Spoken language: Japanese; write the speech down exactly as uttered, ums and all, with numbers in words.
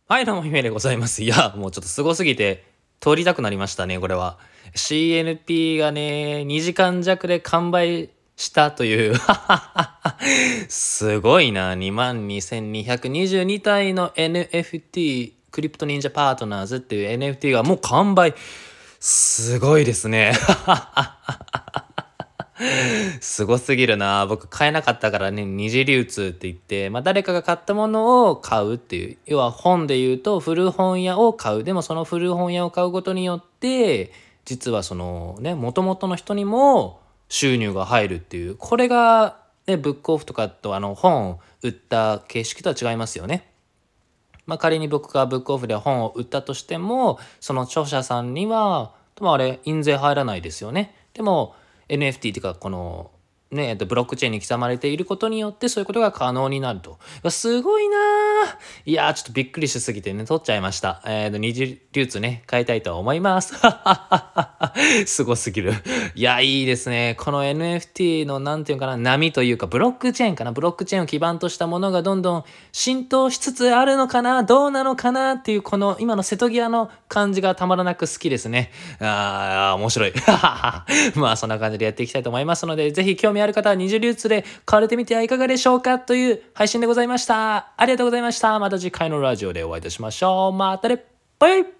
はい、どうも、姫でございます。いや、もうちょっとすごすぎて、撮りたくなりましたね、これは。シーエヌピー がね、にじかん弱で完売したという。すごいな、にまんにせんにひゃくにじゅうに体の エヌエフティー、クリプト忍者パートナーズっていう エヌエフティー がもう完売。すごいですね。すごすぎるな。僕買えなかったからね、二次流通って言って、まあ誰かが買ったものを買うっていう。要は本で言うと古本屋を買う。でもその古本屋を買うことによって、実はそのね、元々の人にも収入が入るっていう。これがね、ブックオフとかとあの本を売った形式とは違いますよね。まあ仮に僕がブックオフで本を売ったとしても、その著者さんには、多分あれ、印税入らないですよね。でも、エヌエフティー っていうか、この、ね、えっと、ブロックチェーンに刻まれていることによって、そういうことが可能になると。いやすごいなー。いやー、ちょっとびっくりしすぎてね、取っちゃいました。えっと、二次流通ね、買いたいと思います。すごすぎる。いや、いいですね。この エヌエフティー のなんていうかな、波というか、ブロックチェーンかな。ブロックチェーンを基盤としたものがどんどん浸透しつつあるのかな、どうなのかなっていう、この今の瀬戸際の感じがたまらなく好きですね。ああ、面白い。まあ、そんな感じでやっていきたいと思いますので、ぜひ興味ある方は二次流通で買われてみてはいかがでしょうかという配信でございました。ありがとうございました。また次回のラジオでお会いいたしましょう。またね。バイバイ。